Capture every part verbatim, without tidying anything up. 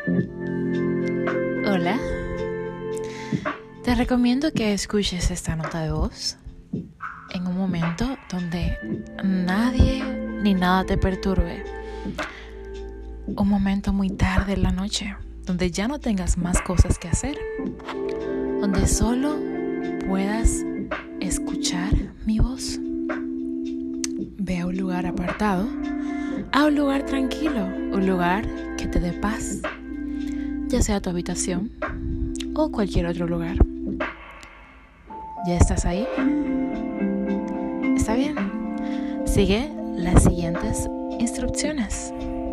Hola, te recomiendo que escuches esta nota de voz en un momento donde nadie ni nada te perturbe. Un momento muy tarde en la noche, donde ya no tengas más cosas que hacer, donde solo puedas escuchar mi voz. Ve a un lugar apartado, a un lugar tranquilo, un lugar que te dé paz, ya sea tu habitación o cualquier otro lugar. ¿Ya estás ahí? ¿Está bien? Sigue las siguientes instrucciones.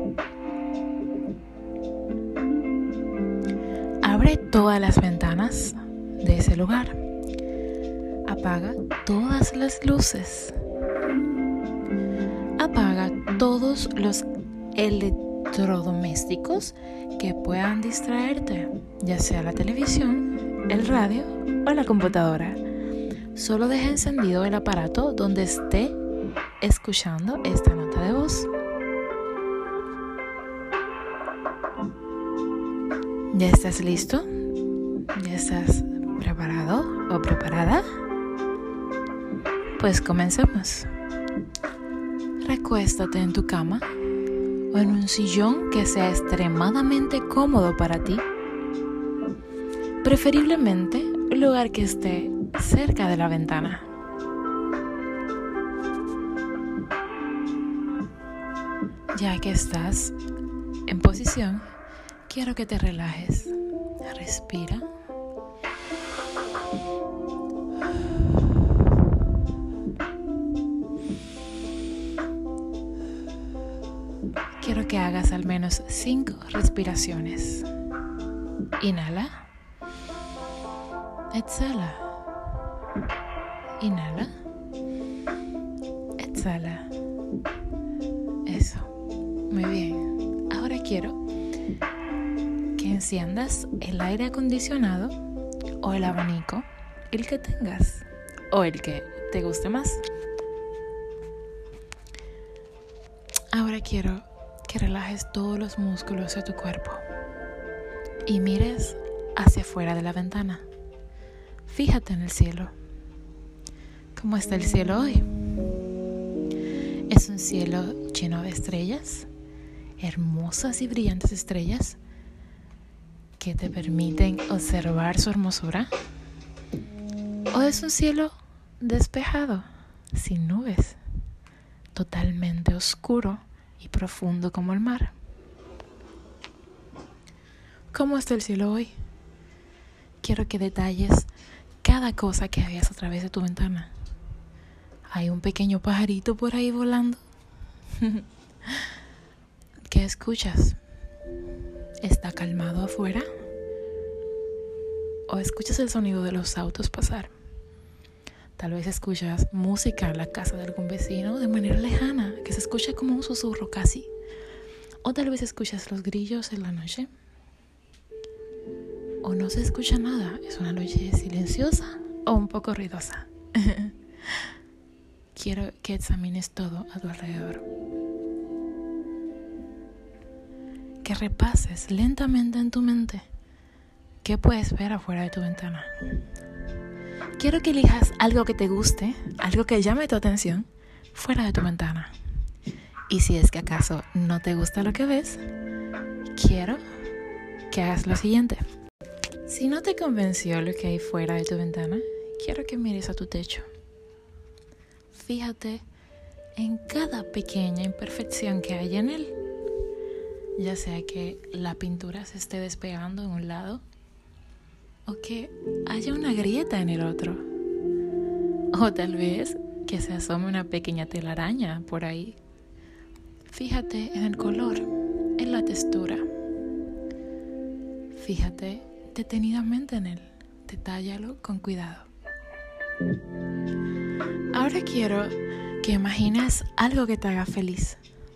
Abre todas las ventanas de ese lugar. Apaga todas las luces. Apaga todos los electrodomésticos que puedan distraerte, ya sea la televisión, el radio o la computadora. Solo deja encendido el aparato donde esté escuchando esta nota de voz. ¿Ya estás listo? ¿Ya estás preparado o preparada? Pues comencemos. Recuéstate en tu cama o en un sillón que sea extremadamente cómodo para ti. Preferiblemente un lugar que esté cerca de la ventana. Ya que estás en posición, quiero que te relajes. Respira. Quiero que hagas al menos cinco respiraciones. Inhala. Exhala. Inhala. Exhala. Eso. Muy bien. Ahora quiero que enciendas el aire acondicionado o el abanico, el que tengas o el que te guste más. Ahora quiero que relajes todos los músculos de tu cuerpo y mires hacia afuera de la ventana. Fíjate en el cielo. ¿Cómo está el cielo hoy? Es un cielo lleno de estrellas, hermosas y brillantes estrellas que te permiten observar su hermosura. ¿O es un cielo despejado, sin nubes, totalmente oscuro y profundo como el mar? ¿Cómo está el cielo hoy? Quiero que detalles cada cosa que veas a través de tu ventana. ¿Hay un pequeño pajarito por ahí volando? ¿Qué escuchas? ¿Está calmado afuera? ¿O escuchas el sonido de los autos pasar? Tal vez escuchas música en la casa de algún vecino de manera lejana, que se escucha como un susurro casi. O tal vez escuchas los grillos en la noche. O no se escucha nada, es una noche silenciosa o un poco ruidosa. Quiero que examines todo a tu alrededor. Que repases lentamente en tu mente qué puedes ver afuera de tu ventana. Quiero que elijas algo que te guste, algo que llame tu atención fuera de tu ventana. Y si es que acaso no te gusta lo que ves, quiero que hagas lo siguiente. Si no te convenció lo que hay fuera de tu ventana, quiero que mires a tu techo. Fíjate en cada pequeña imperfección que hay en él. Ya sea que la pintura se esté despegando en un lado o que haya una grieta en el otro. O tal vez que se asome una pequeña telaraña por ahí. Fíjate en el color, en la textura. Fíjate detenidamente en él. Detállalo con cuidado. Ahora quiero que imagines algo que te haga feliz.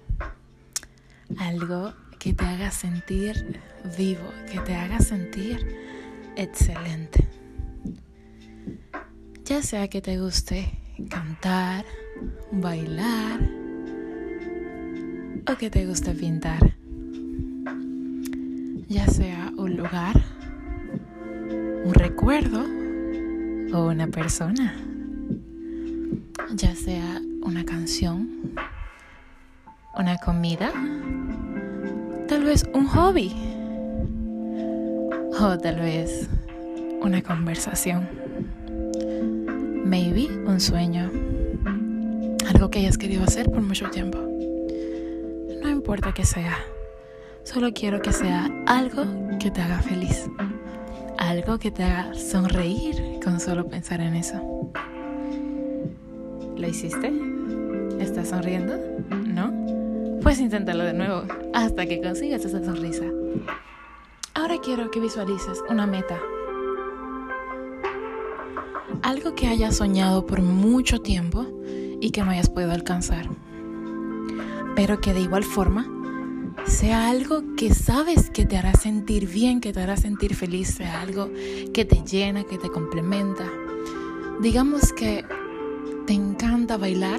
Algo que te haga sentir vivo, que te haga sentir excelente. Ya sea que te guste cantar, bailar o que te guste pintar. ya sea un lugar, un recuerdo o una persona, ya sea una canción, una comida, tal vez un hobby o tal vez una conversación, maybe un sueño, algo que hayas querido hacer por mucho tiempo. No importa qué sea, solo quiero que sea algo que te haga feliz, algo que te haga sonreír con solo pensar en eso. ¿Lo hiciste? ¿Estás sonriendo? ¿No? Pues inténtalo de nuevo hasta que consigas esa sonrisa. Ahora quiero que visualices una meta. Algo que hayas soñado por mucho tiempo y que no hayas podido alcanzar. Pero que de igual forma sea algo que sabes que te hará sentir bien, que te hará sentir feliz, sea algo que te llena, que te complementa. Digamos que te encanta bailar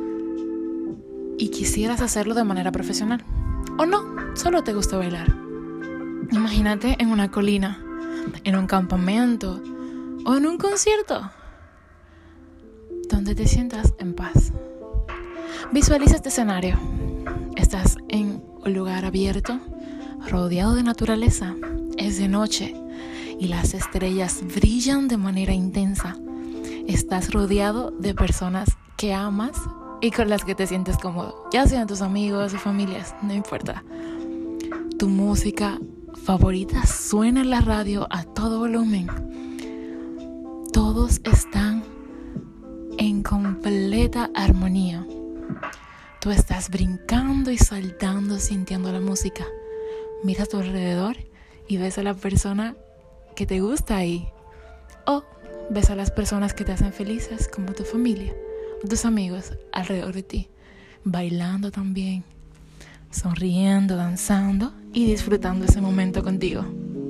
y quisieras hacerlo de manera profesional. O no, solo te gusta bailar. Imagínate en una colina, en un campamento o en un concierto donde te sientas en paz. Visualiza este escenario. Estás en un lugar abierto, rodeado de naturaleza. Es de noche y las estrellas brillan de manera intensa. Estás rodeado de personas que amas y con las que te sientes cómodo, ya sean tus amigos o familias, no importa. Tu música favorita suena en la radio a todo volumen. Todos están en completa armonía. Tú estás brincando y saltando, sintiendo la música. Mira a tu alrededor y ves a la persona que te gusta ahí. O ves a las personas que te hacen felices, como tu familia, tus amigos alrededor de ti, bailando también, sonriendo, danzando y disfrutando ese momento contigo.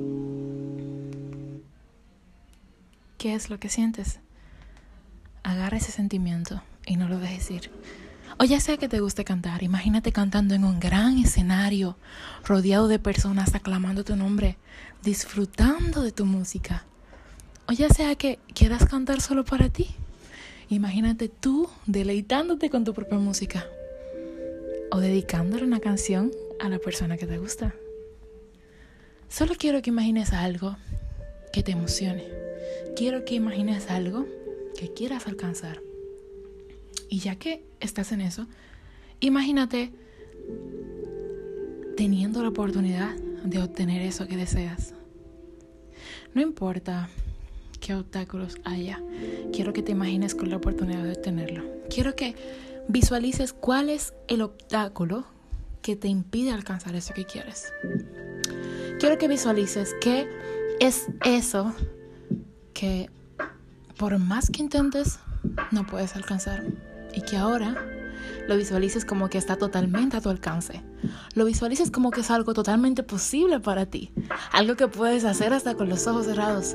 ¿Qué es lo que sientes? Agarra ese sentimiento y no lo dejes ir. O ya sea que te guste cantar, imagínate cantando en un gran escenario, rodeado de personas aclamando tu nombre, disfrutando de tu música. O ya sea que quieras cantar solo para ti, imagínate tú deleitándote con tu propia música. O dedicándole una canción a la persona que te gusta. Solo quiero que imagines algo que te emocione. Quiero que imagines algo que quieras alcanzar. Y ya que estás en eso, imagínate teniendo la oportunidad de obtener eso que deseas. No importa qué obstáculos haya, quiero que te imagines con la oportunidad de obtenerlo. Quiero que visualices cuál es el obstáculo que te impide alcanzar eso que quieres. Quiero que visualices qué es eso que por más que intentes no puedes alcanzar. Y que ahora lo visualices como que está totalmente a tu alcance. Lo visualices como que es algo totalmente posible para ti. Algo que puedes hacer hasta con los ojos cerrados.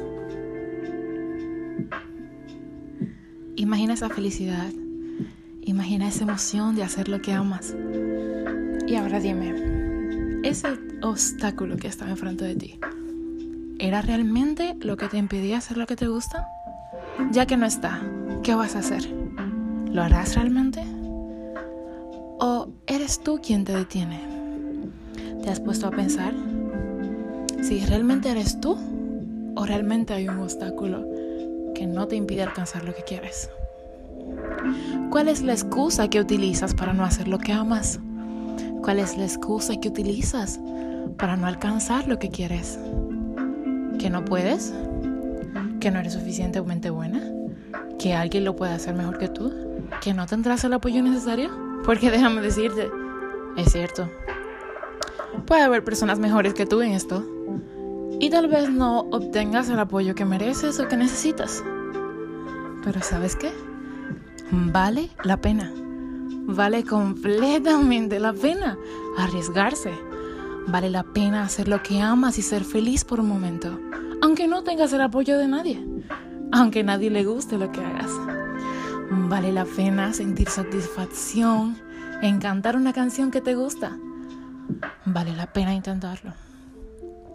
Imagina esa felicidad. Imagina esa emoción de hacer lo que amas. Y ahora dime, ese obstáculo que estaba enfrente de ti, ¿era realmente lo que te impedía hacer lo que te gusta? Ya que no está, ¿qué vas a hacer? ¿Lo harás realmente? ¿O eres tú quien te detiene? ¿Te has puesto a pensar si realmente eres tú o realmente hay un obstáculo que no te impide alcanzar lo que quieres? ¿Cuál es la excusa que utilizas para no hacer lo que amas? ¿Cuál es la excusa que utilizas para no alcanzar lo que quieres? ¿Que no puedes? ¿Que no eres suficientemente buena? ¿Que alguien lo puede hacer mejor que tú? ¿Que no tendrás el apoyo necesario? Porque déjame decirte, es cierto, puede haber personas mejores que tú en esto y tal vez no obtengas el apoyo que mereces o que necesitas. Pero ¿sabes qué? Vale la pena, vale completamente la pena arriesgarse. Vale la pena hacer lo que amas y ser feliz por un momento, aunque no tengas el apoyo de nadie, aunque a nadie le guste lo que hagas. Vale la pena sentir satisfacción en cantar una canción que te gusta. Vale la pena intentarlo.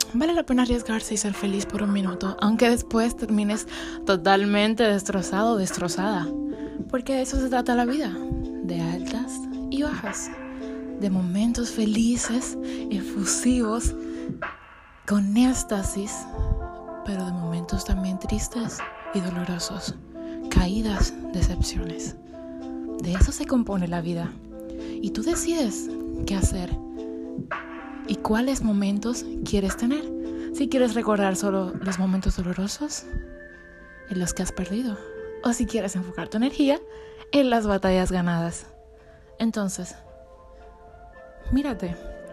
vale la pena arriesgarse y ser feliz por un minuto, aunque después termines totalmente destrozado o destrozada. Porque de eso se trata la vida, de altas y bajas, de momentos felices, efusivos, con éxtasis, pero de momentos también tristes y dolorosos, caídas, decepciones. De eso se compone la vida. Y tú decides qué hacer y cuáles momentos quieres tener. Si quieres recordar solo los momentos dolorosos en los que has perdido, o si quieres enfocar tu energía en las batallas ganadas. Entonces, mírate.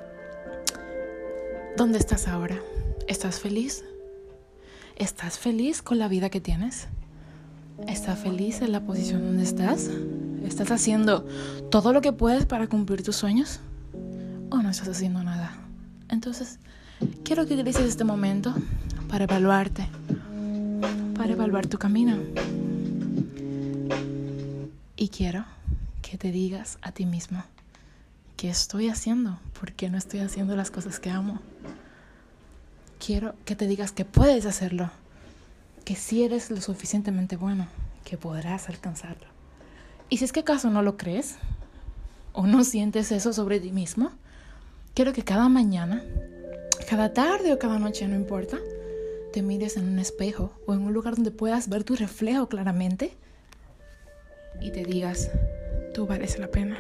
¿Dónde estás ahora? ¿Estás feliz? ¿Estás feliz con la vida que tienes? ¿Estás feliz en la posición donde estás? ¿Estás haciendo todo lo que puedes para cumplir tus sueños? ¿O no estás haciendo nada? Entonces, quiero que utilices este momento para evaluarte, para evaluar tu camino. Y quiero que te digas a ti mismo, ¿qué estoy haciendo? ¿Por qué no estoy haciendo las cosas que amo? Quiero que te digas que puedes hacerlo, que si eres lo suficientemente bueno, que podrás alcanzarlo. Y si es que acaso no lo crees, o no sientes eso sobre ti mismo, quiero que cada mañana, cada tarde o cada noche, no importa, te mires en un espejo o en un lugar donde puedas ver tu reflejo claramente y te digas, tú vales la pena.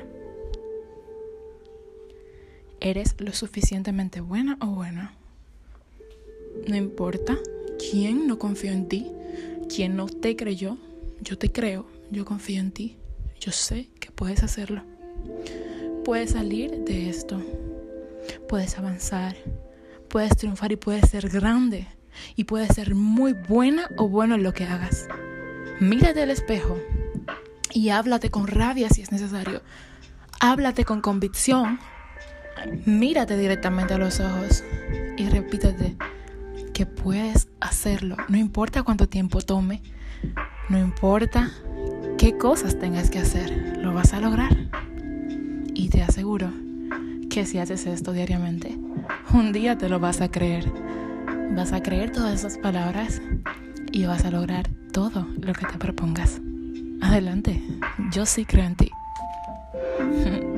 Eres lo suficientemente buena o bueno. No importa quién no confió en ti, quién no te creyó, yo te creo, yo confío en ti, yo sé que puedes hacerlo. Puedes salir de esto, puedes avanzar, puedes triunfar y puedes ser grande y puedes ser muy buena o bueno en lo que hagas. Mírate al espejo y háblate con rabia si es necesario. Háblate con convicción. Mírate directamente a los ojos y repítete que puedes hacerlo. No importa cuánto tiempo tome, no importa qué cosas tengas que hacer, lo vas a lograr. Y te aseguro que si haces esto diariamente, un día te lo vas a creer. Vas a creer todas esas palabras y vas a lograr todo lo que te propongas. Adelante, yo sí creo en ti.